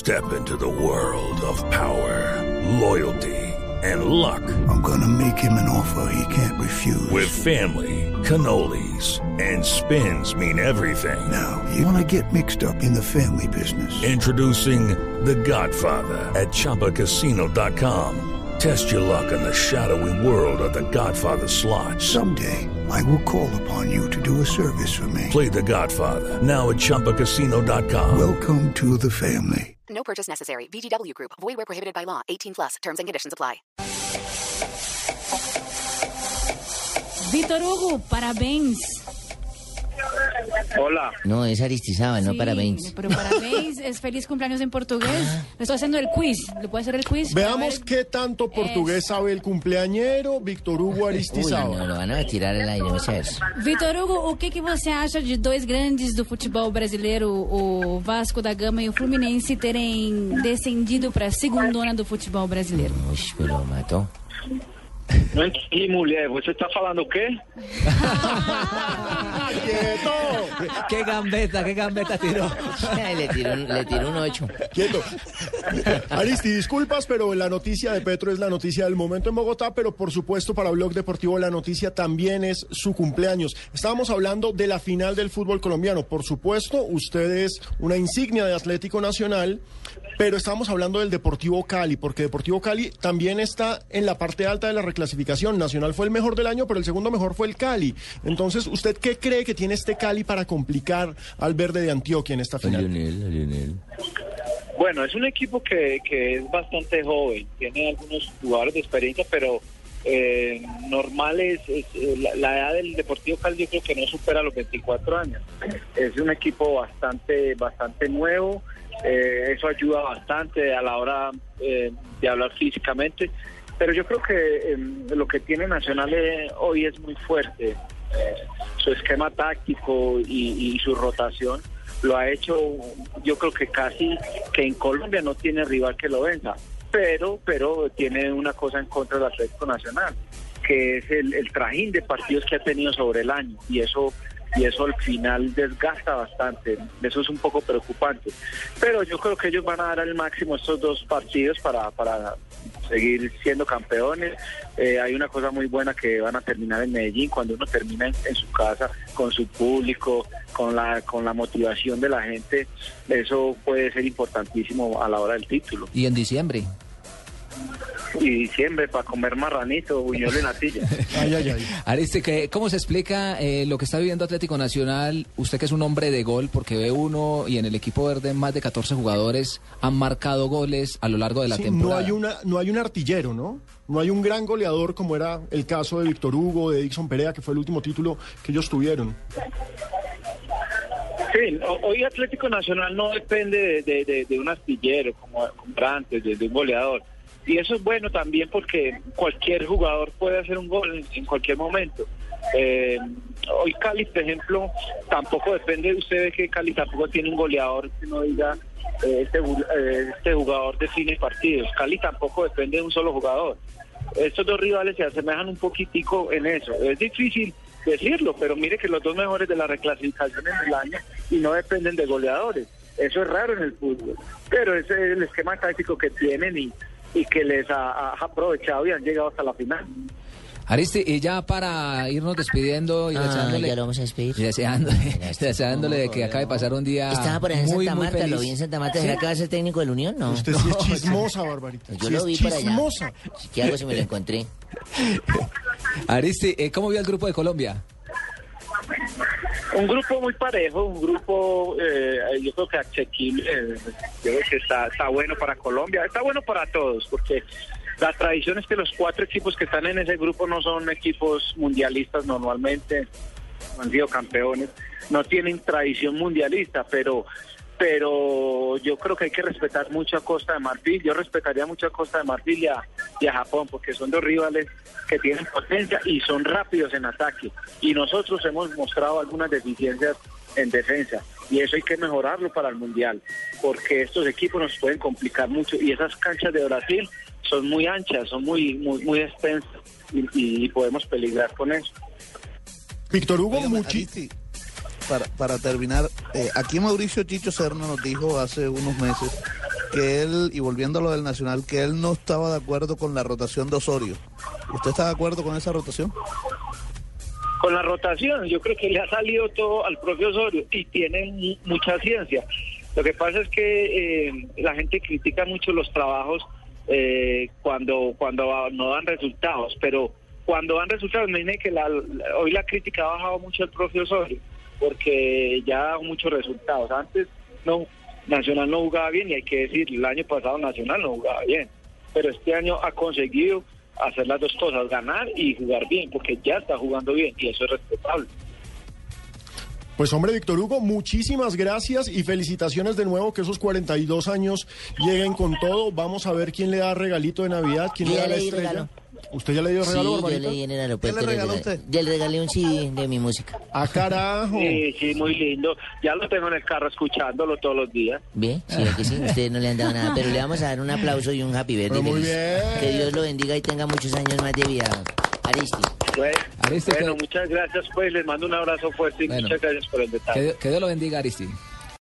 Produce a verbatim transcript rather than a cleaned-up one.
Step into the world of power, loyalty, and luck. I'm gonna make him an offer he can't refuse. With family, cannolis, and spins mean everything. Now, you wanna get mixed up in the family business. Introducing The Godfather at Chumba Casino dot com. Test your luck in the shadowy world of The Godfather slot. Someday, I will call upon you to do a service for me. Play The Godfather now at Chumba Casino dot com. Welcome to the family. No purchase necessary. V G W Group. Void where prohibited by law. eighteen plus. Terms and conditions apply. Víctor Hugo, parabéns. Hola. No, es Aristizábal, Sí, no parabéns. pero parabéns es feliz cumpleaños en portugués. Ah. Le estoy haciendo el quiz. ¿Le puedo hacer el quiz? Veamos ver... qué tanto portugués sabe el cumpleañero Víctor Hugo Uy, Aristizábal. no, lo van a tirar al aire, muchachos. Víctor Hugo, o que, que você acha de dois grandes do futebol brasileiro, o Vasco da Gama e o Fluminense, terem descendido para a segundona do futebol brasileiro? Uy, pero mató. Não entendi, mulher. Você está falando o quê? ¡Quieto! ¡Qué gambeta, qué gambeta tiró! le, tiró un, le tiró un ocho. ¡Quieto! Aristi, disculpas, pero la noticia de Petro es la noticia del momento en Bogotá, pero por supuesto para Blog Deportivo la noticia también es su cumpleaños. Estábamos hablando de la final del fútbol colombiano. Por supuesto, usted es una insignia de Atlético Nacional, pero estábamos hablando del Deportivo Cali, porque Deportivo Cali también está en la parte alta de la reclasificación. Nacional fue el mejor del año, pero el segundo mejor fue el Cali. Entonces, ¿usted qué cree que tiene este Cali para complicar al Verde de Antioquia en esta final? Lionel, Lionel. Bueno, es un equipo que, que es bastante joven, tiene algunos jugadores de experiencia, pero eh, normal es, es la, la edad del Deportivo Cali, yo creo que no supera los veinticuatro años. Es un equipo bastante, bastante nuevo, eh, eso ayuda bastante a la hora eh, de hablar físicamente, pero yo creo que eh, lo que tiene Nacional eh, hoy es muy fuerte, eh, su esquema táctico y, y su rotación lo ha hecho, yo creo que casi que en Colombia no tiene rival que lo venza, pero pero tiene una cosa en contra del Atlético Nacional, que es el, el trajín de partidos que ha tenido sobre el año, y eso y eso al final desgasta bastante, eso es un poco preocupante, pero yo creo que ellos van a dar el máximo estos dos partidos para, para seguir siendo campeones. Eh, hay una cosa muy buena que van a terminar en Medellín, cuando uno termina en, en su casa, con su público, con la con la motivación de la gente, eso puede ser importantísimo a la hora del título. Y en diciembre. Y diciembre para comer marranito, buñuelo en natilla. Ay, ay, ay. Ariste, ¿qué- ¿cómo se explica eh, lo que está viviendo Atlético Nacional? Usted que es un hombre de gol, porque ve uno y en el equipo verde más de catorce jugadores han marcado goles a lo largo de la Sí, temporada. no hay una, no hay un artillero, ¿no? No hay un gran goleador como era el caso de Víctor Hugo, de Dixon Perea, que fue el último título que ellos tuvieron. Sí, hoy Atlético Nacional no depende de, de, de, de un astillero como, como era antes, de, de un goleador. Y eso es bueno también porque cualquier jugador puede hacer un gol en, en cualquier momento. Eh, hoy Cali, por ejemplo, tampoco depende, usted ve que Cali tampoco tiene un goleador que no diga eh, este, eh, este jugador define partidos. Cali tampoco depende de un solo jugador. Estos dos rivales se asemejan un poquitico en eso. Es difícil decirlo, pero mire que los dos mejores de la reclasificación en el año y no dependen de goleadores. Eso es raro en el fútbol, pero ese es el esquema táctico que tienen y y que les ha, ha aprovechado y han llegado hasta la final. Ariste, y ya para irnos despidiendo y Ah, deseándole, ya lo vamos a despedir. y deseándole, deseándole de que acabe de pasar un día Estaba por ahí en muy, Santa muy Marta, feliz. lo vi en Santa Marta. ¿Será que va a ser técnico del Unión? No. Usted sí es chismosa, Barbarita. Yo Sí lo es vi por allá. chismosa. ¿Qué hago si me lo encontré? Ariste, eh, ¿cómo vio el grupo de Colombia? Un grupo muy parejo, un grupo eh, yo creo que asequible, eh, yo creo que está, está bueno para Colombia, está bueno para todos, porque la tradición es que los cuatro equipos que están en ese grupo no son equipos mundialistas normalmente, no han sido campeones, no tienen tradición mundialista, pero pero yo creo que hay que respetar mucho a Costa de Marfil, yo respetaría mucho a Costa de Marfil y a, y a Japón, porque son dos rivales que tienen potencia y son rápidos en ataque, y nosotros hemos mostrado algunas deficiencias en defensa, y eso hay que mejorarlo para el Mundial, porque estos equipos nos pueden complicar mucho, y esas canchas de Brasil son muy anchas, son muy muy, muy extensas, y, y podemos peligrar con eso. Víctor Hugo, Óigame, muchi... Aristi, para, para terminar, eh, aquí Mauricio Chicho Serna nos dijo hace unos meses que él, y volviendo a lo del Nacional, que él no estaba de acuerdo con la rotación de Osorio. ¿Usted está de acuerdo con esa rotación? Con la rotación, yo creo que le ha salido todo al propio Osorio y tiene mu- mucha ciencia. Lo que pasa es que eh, la gente critica mucho los trabajos eh, cuando cuando no dan resultados, pero cuando dan resultados, me dice que la, la- hoy la crítica ha bajado mucho al propio Osorio, porque ya ha dado muchos resultados. Antes no Nacional no jugaba bien, y hay que decir, el año pasado Nacional no jugaba bien, pero este año ha conseguido hacer las dos cosas, ganar y jugar bien, porque ya está jugando bien y eso es respetable. Pues hombre, Víctor Hugo, muchísimas gracias y felicitaciones de nuevo, que esos cuarenta y dos años lleguen con todo. Vamos a ver quién le da regalito de Navidad, quién Yo le da ya la le di estrella. regalo. ¿Usted ya le dio Sí, regalo, yo Barbarita? le di en el aeropuerto. ¿Qué le regaló regalé- usted? Ya le regalé un C D de mi música. ¡Ah, carajo! Sí, sí, muy lindo. Ya lo tengo en el carro escuchándolo todos los días. ¿Bien? Sí, aquí sí. Ustedes no le han dado nada, pero le vamos a dar un aplauso y un happy birthday. Pero muy feliz. bien. Que Dios lo bendiga y tenga muchos años más de vida. Aristi. Bueno, Ariste, bueno, que- muchas gracias, pues les mando un abrazo fuerte y Bueno. muchas gracias por el detalle. Que, que Dios lo bendiga, Aristi.